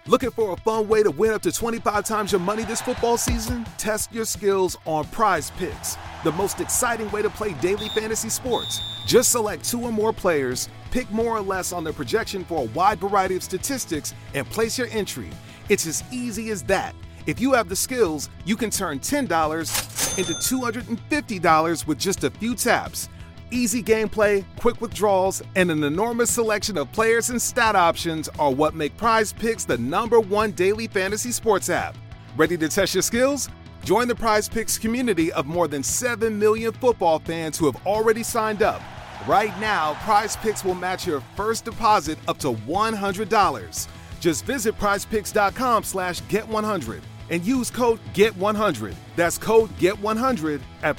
Looking for a fun way to win up to 25 times your money this football season? Test your skills on Prize Picks, the most exciting way to play daily fantasy sports. Just select 2 or more players, pick more or less on their projection for a wide variety of statistics, and place your entry. It's as easy as that. If you have the skills, you can turn $10 into $250 with just a few taps. Easy gameplay, quick withdrawals, and an enormous selection of players and stat options are what make Prize Picks the #1 daily fantasy sports app. Ready to test your skills? Join the Prize Picks community of more than 7 million football fans who have already signed up. Right now, Prize Picks will match your first deposit up to $100. Just visit prizepicks.com/get100 and use code GET100. That's code GET100 at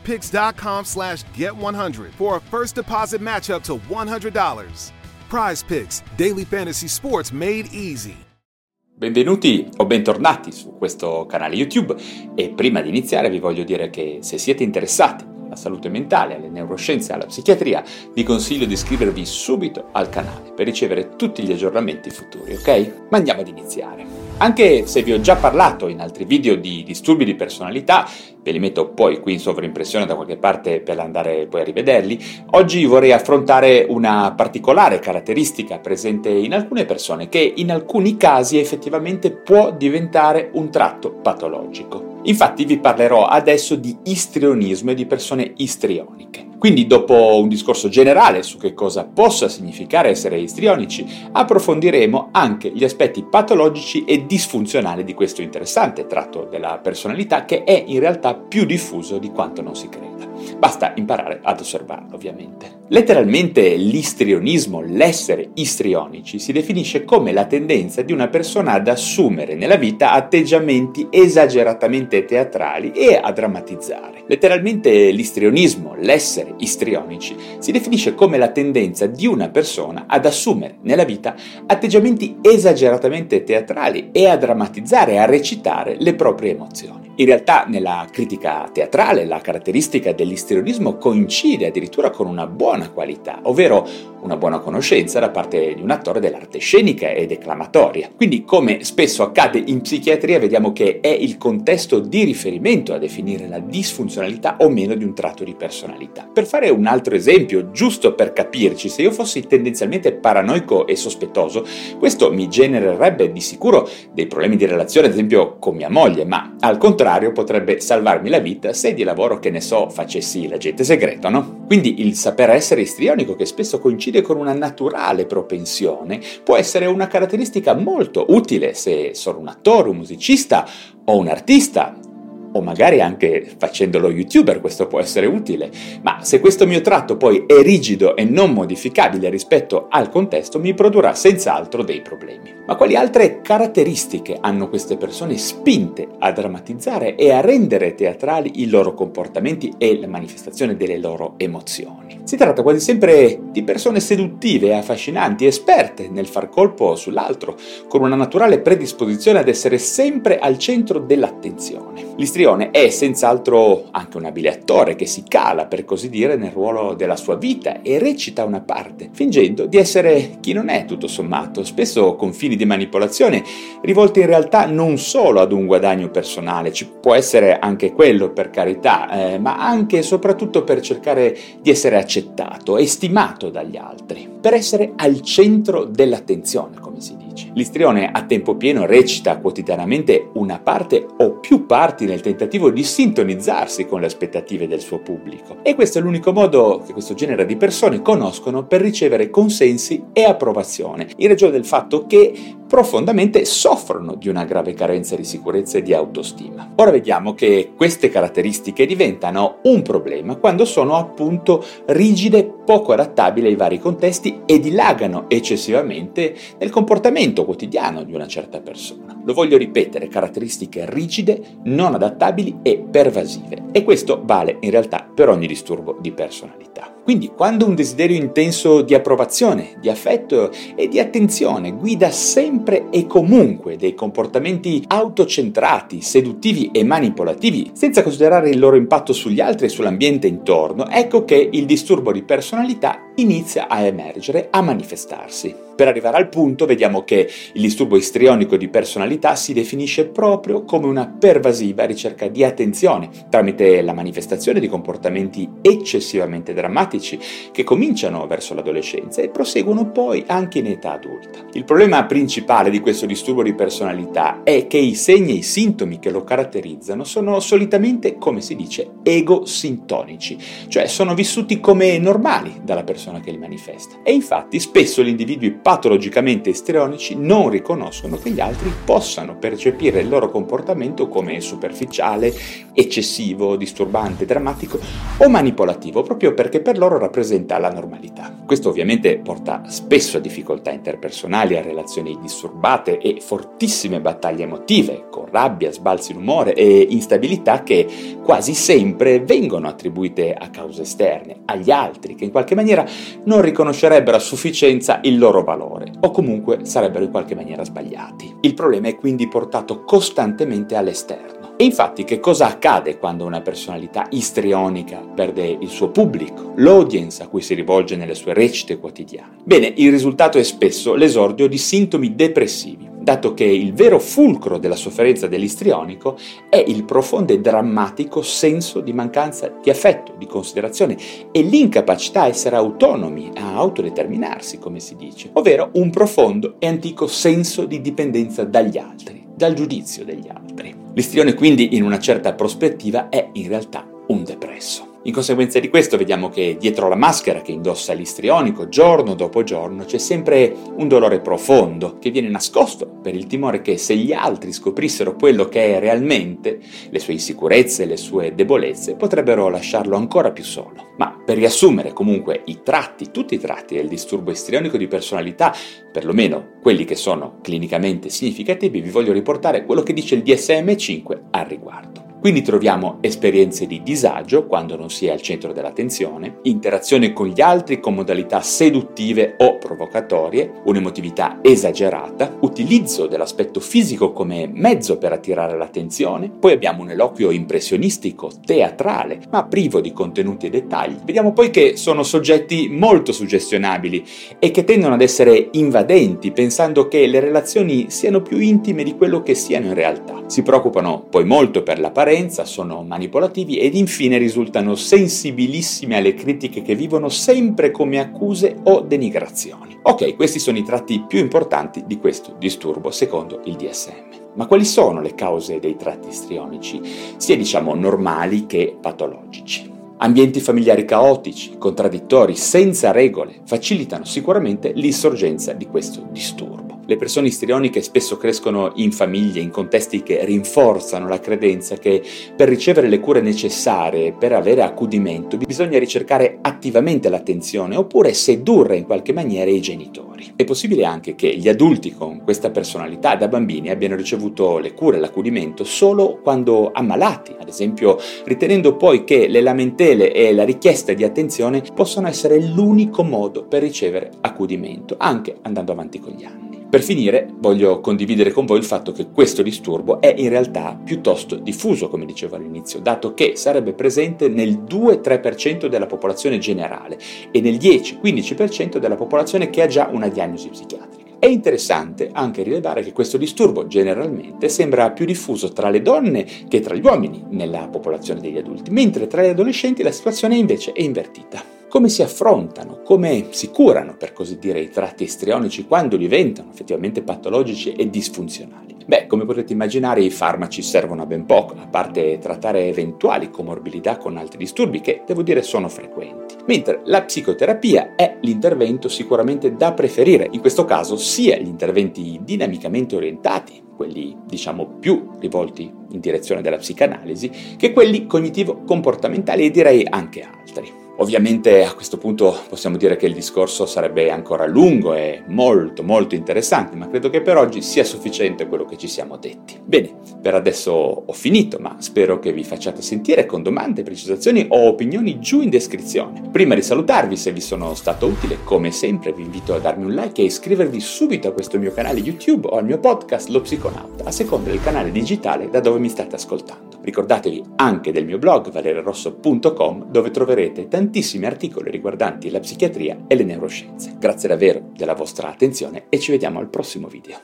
prizepicks.com/get100 for a first deposit match up to $100. Prize Picks, daily fantasy sports made easy. Benvenuti o bentornati su questo canale YouTube e prima di iniziare vi voglio dire che se siete interessati alla salute mentale, alle neuroscienze e alla psichiatria, vi consiglio di iscrivervi subito al canale per ricevere tutti gli aggiornamenti futuri, ok? Ma andiamo ad iniziare. Anche se vi ho già parlato in altri video di disturbi di personalità, ve li metto poi qui in sovraimpressione da qualche parte per andare poi a rivederli, oggi vorrei affrontare una particolare caratteristica presente in alcune persone che in alcuni casi effettivamente può diventare un tratto patologico. Infatti vi parlerò adesso di istrionismo e di persone istrioniche. Quindi dopo un discorso generale su che cosa possa significare essere istrionici, approfondiremo anche gli aspetti patologici e disfunzionali di questo interessante tratto della personalità che è in realtà più diffuso di quanto non si creda. Basta imparare ad osservarlo, ovviamente. Letteralmente l'istrionismo, l'essere istrionici, si definisce come la tendenza di una persona ad assumere nella vita atteggiamenti esageratamente teatrali e a drammatizzare. Letteralmente l'istrionismo, l'essere istrionici, si definisce come la tendenza di una persona ad assumere nella vita atteggiamenti esageratamente teatrali e a drammatizzare, a recitare le proprie emozioni. In realtà nella critica teatrale la caratteristica dell'istrionismo coincide addirittura con una buona qualità, ovvero una buona conoscenza da parte di un attore dell'arte scenica e declamatoria. Quindi, come spesso accade in psichiatria, vediamo che è il contesto di riferimento a definire la disfunzionalità o meno di un tratto di personalità. Per fare un altro esempio, giusto per capirci, se io fossi tendenzialmente paranoico e sospettoso, questo mi genererebbe di sicuro dei problemi di relazione, ad esempio con mia moglie, ma al contrario potrebbe salvarmi la vita se di lavoro, che ne so, facessi l'agente segreto, no? Quindi il saper essere istrionico, che spesso coincide con una naturale propensione, può essere una caratteristica molto utile se sono un attore, un musicista o un artista, o magari anche facendo lo youtuber, questo può essere utile, ma se questo mio tratto poi è rigido e non modificabile rispetto al contesto, mi produrrà senz'altro dei problemi. Ma quali altre caratteristiche hanno queste persone spinte a drammatizzare e a rendere teatrali i loro comportamenti e la manifestazione delle loro emozioni? Si tratta quasi sempre di persone seduttive e affascinanti, esperte nel far colpo sull'altro, con una naturale predisposizione ad essere sempre al centro dell'attenzione. L'istrione è senz'altro anche un abile attore che si cala, per così dire, nel ruolo della sua vita e recita una parte, fingendo di essere chi non è tutto sommato, spesso con fini di manipolazione, rivolti in realtà non solo ad un guadagno personale, ci può essere anche quello per carità, ma anche e soprattutto per cercare di essere accettato e stimato dagli altri, per essere al centro dell'attenzione, come si dice. L'istrione a tempo pieno recita quotidianamente una parte o più parti nel tentativo di sintonizzarsi con le aspettative del suo pubblico. E questo è l'unico modo che questo genere di persone conoscono per ricevere consensi e approvazione, in ragione del fatto che profondamente soffrono di una grave carenza di sicurezza e di autostima. Ora vediamo che queste caratteristiche diventano un problema quando sono appunto rigide, poco adattabili ai vari contesti e dilagano eccessivamente nel comportamento quotidiano di una certa persona. Lo voglio ripetere, caratteristiche rigide, non adattabili e pervasive. E questo vale in realtà per ogni disturbo di personalità. Quindi quando un desiderio intenso di approvazione, di affetto e di attenzione guida sempre e comunque dei comportamenti autocentrati, seduttivi e manipolativi, senza considerare il loro impatto sugli altri e sull'ambiente intorno, ecco che il disturbo di personalità inizia a emergere, a manifestarsi. Per arrivare al punto, vediamo che il disturbo istrionico di personalità si definisce proprio come una pervasiva ricerca di attenzione tramite la manifestazione di comportamenti eccessivamente drammatici che cominciano verso l'adolescenza e proseguono poi anche in età adulta. Il problema principale di questo disturbo di personalità è che i segni e i sintomi che lo caratterizzano sono solitamente, come si dice, egosintonici, cioè sono vissuti come normali dalla persona che li manifesta. E infatti spesso gli individui patologicamente istrionici non riconoscono che gli altri possano percepire il loro comportamento come superficiale, eccessivo, disturbante, drammatico o manipolativo, proprio perché per loro rappresenta la normalità. Questo ovviamente porta spesso a difficoltà interpersonali, a relazioni disturbate e fortissime battaglie emotive, con rabbia, sbalzi d'umore e instabilità che quasi sempre vengono attribuite a cause esterne, agli altri, che in qualche maniera non riconoscerebbero a sufficienza il loro valore o comunque sarebbero in qualche maniera sbagliati. Il problema è quindi portato costantemente all'esterno. E infatti che cosa accade quando una personalità istrionica perde il suo pubblico, l'audience a cui si rivolge nelle sue recite quotidiane? Bene, il risultato è spesso l'esordio di sintomi depressivi, dato che il vero fulcro della sofferenza dell'istrionico è il profondo e drammatico senso di mancanza di affetto, di considerazione e l'incapacità a essere autonomi, a autodeterminarsi, come si dice, ovvero un profondo e antico senso di dipendenza dagli altri, dal giudizio degli altri. L'istrione quindi in una certa prospettiva è in realtà un depresso. In conseguenza di questo vediamo che dietro la maschera che indossa l'istrionico giorno dopo giorno c'è sempre un dolore profondo che viene nascosto per il timore che se gli altri scoprissero quello che è realmente, le sue insicurezze, le sue debolezze, potrebbero lasciarlo ancora più solo. Ma per riassumere comunque tutti i tratti del disturbo istrionico di personalità, perlomeno quelli che sono clinicamente significativi, vi voglio riportare quello che dice il DSM-5 al riguardo. Quindi troviamo esperienze di disagio quando non si è al centro dell'attenzione, interazione con gli altri con modalità seduttive o provocatorie, un'emotività esagerata, utilizzo dell'aspetto fisico come mezzo per attirare l'attenzione, poi abbiamo un eloquio impressionistico, teatrale, ma privo di contenuti e dettagli. Vediamo poi che sono soggetti molto suggestionabili e che tendono ad essere invadenti, pensando che le relazioni siano più intime di quello che siano in realtà. Si preoccupano poi molto per l'apparenza, sono manipolativi ed infine risultano sensibilissimi alle critiche che vivono sempre come accuse o denigrazioni. Ok, questi sono i tratti più importanti di questo disturbo secondo il DSM. Ma quali sono le cause dei tratti istrionici, sia normali che patologici? Ambienti familiari caotici, contraddittori, senza regole, facilitano sicuramente l'insorgenza di questo disturbo. Le persone istrioniche spesso crescono in famiglie, in contesti che rinforzano la credenza che per ricevere le cure necessarie, per avere accudimento, bisogna ricercare attivamente l'attenzione oppure sedurre in qualche maniera i genitori. È possibile anche che gli adulti con questa personalità da bambini abbiano ricevuto le cure e l'accudimento solo quando ammalati, ad esempio ritenendo poi che le lamentele e la richiesta di attenzione possono essere l'unico modo per ricevere accudimento, anche andando avanti con gli anni. Per finire, voglio condividere con voi il fatto che questo disturbo è in realtà piuttosto diffuso, come dicevo all'inizio, dato che sarebbe presente nel 2-3% della popolazione generale e nel 10-15% della popolazione che ha già una diagnosi psichiatrica. È interessante anche rilevare che questo disturbo generalmente sembra più diffuso tra le donne che tra gli uomini nella popolazione degli adulti, mentre tra gli adolescenti la situazione invece è invertita. Come si affrontano, come si curano, per così dire, i tratti istrionici quando diventano effettivamente patologici e disfunzionali? Beh, come potete immaginare, i farmaci servono a ben poco, a parte trattare eventuali comorbilità con altri disturbi che, devo dire, sono frequenti. Mentre la psicoterapia è l'intervento sicuramente da preferire, in questo caso sia gli interventi dinamicamente orientati, quelli più rivolti in direzione della psicanalisi, che quelli cognitivo-comportamentali e direi anche altri. Ovviamente a questo punto possiamo dire che il discorso sarebbe ancora lungo e molto molto interessante, ma credo che per oggi sia sufficiente quello che ci siamo detti. Bene, per adesso ho finito, ma spero che vi facciate sentire con domande, precisazioni o opinioni giù in descrizione. Prima di salutarvi, se vi sono stato utile, come sempre vi invito a darmi un like e iscrivervi subito a questo mio canale YouTube o al mio podcast Lo Psiconauta, a seconda del canale digitale da dove mi state ascoltando. Ricordatevi anche del mio blog valerorosso.com, dove troverete tantissimi articoli riguardanti la psichiatria e le neuroscienze. Grazie davvero della vostra attenzione e ci vediamo al prossimo video.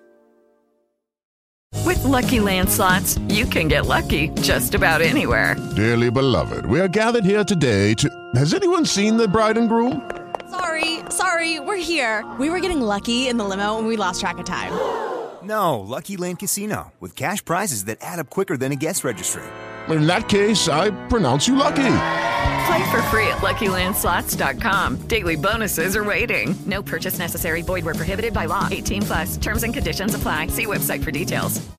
With Lucky Land Slots, you can get lucky just about anywhere. Dearly beloved, we are gathered here today to... Has anyone seen the bride and groom? Sorry, we're here. We were getting lucky in the limo and we lost track of time. No, Lucky Land Casino, with cash prizes that add up quicker than a guest registry. In that case, I pronounce you lucky. Play for free at LuckyLandSlots.com. Daily bonuses are waiting. No purchase necessary. Void where prohibited by law. 18+. Terms and conditions apply. See website for details.